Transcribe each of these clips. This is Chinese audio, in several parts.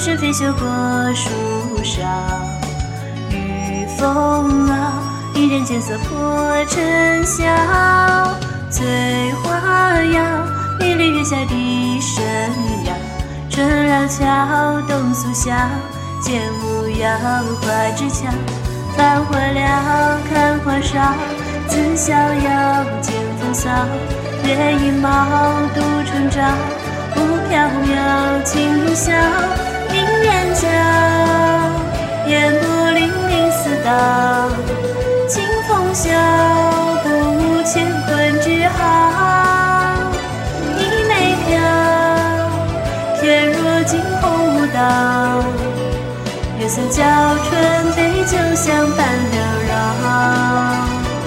是飞绣过树梢，雨风啊，依然见色破尘嚣。醉花摇，一缕月下笛声摇。春绕桥，冬宿晓，剑舞摇，花枝俏。繁华了，看花少，自逍遥，见风骚。月影猫，渡春朝，雾飘渺，轻如箫。明月皎，烟波粼粼似刀。清风笑，不舞乾坤之好。一眉飘，翩若惊鸿舞蹈。月色娇春，杯酒相伴缭绕。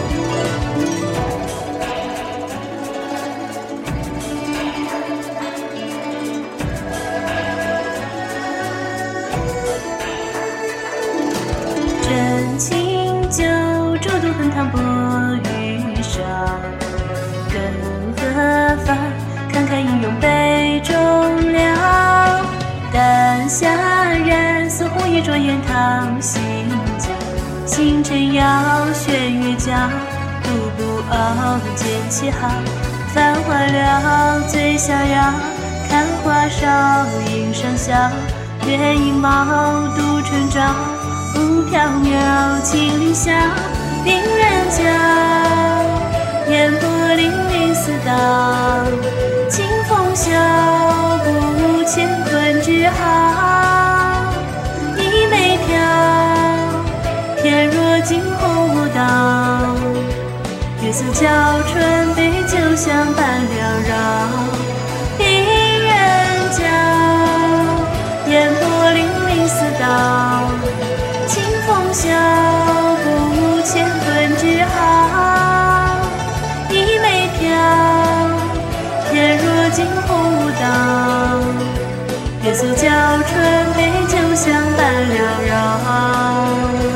斟清酒，煮渡横塘泊鱼烧。更何妨，看看英勇杯中了。丹霞染色红叶灼焰淌心焦。星辰遥，轩月皎，独步傲，剑气好。繁华了，最逍遥，看花少，迎上笑。月影猫，渡春朝。雾飘渺，轻如箫。明月皎，烟波粼粼似刀。清风笑，不舞乾坤之好。一眉飘，翩若惊鸿舞蹈。月色娇春，杯酒相伴缭绕。一人娇，烟波粼粼似刀。清风笑，不舞乾坤之好。一眉飘，翩若惊鸿舞蹈。月色娇春，杯酒相伴缭绕。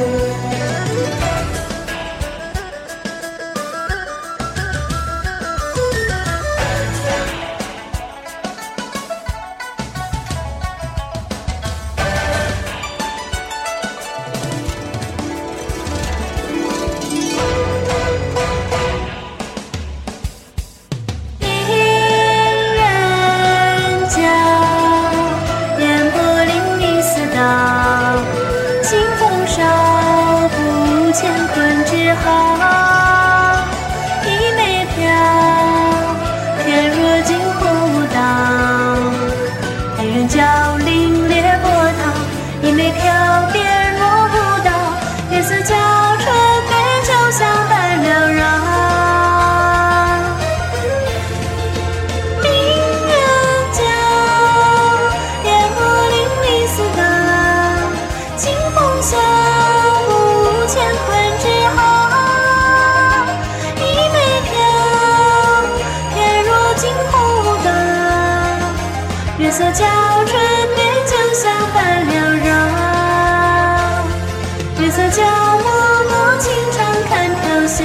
清风少，不舞乾坤之好。一眉飘，翩若惊鸿舞蹈。一人娇，凛冽波涛。一眉飘，翩若舞蹈。月色娇春，杯酒相伴缭绕。笑，不舞乾坤之好。一眉飘，翩若惊鸿舞蹈。月色娇春，杯酒相伴缭绕。月色娇默默，轻唱看飘香。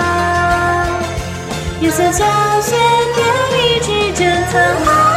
月色娇轩殿，一指珍藏好。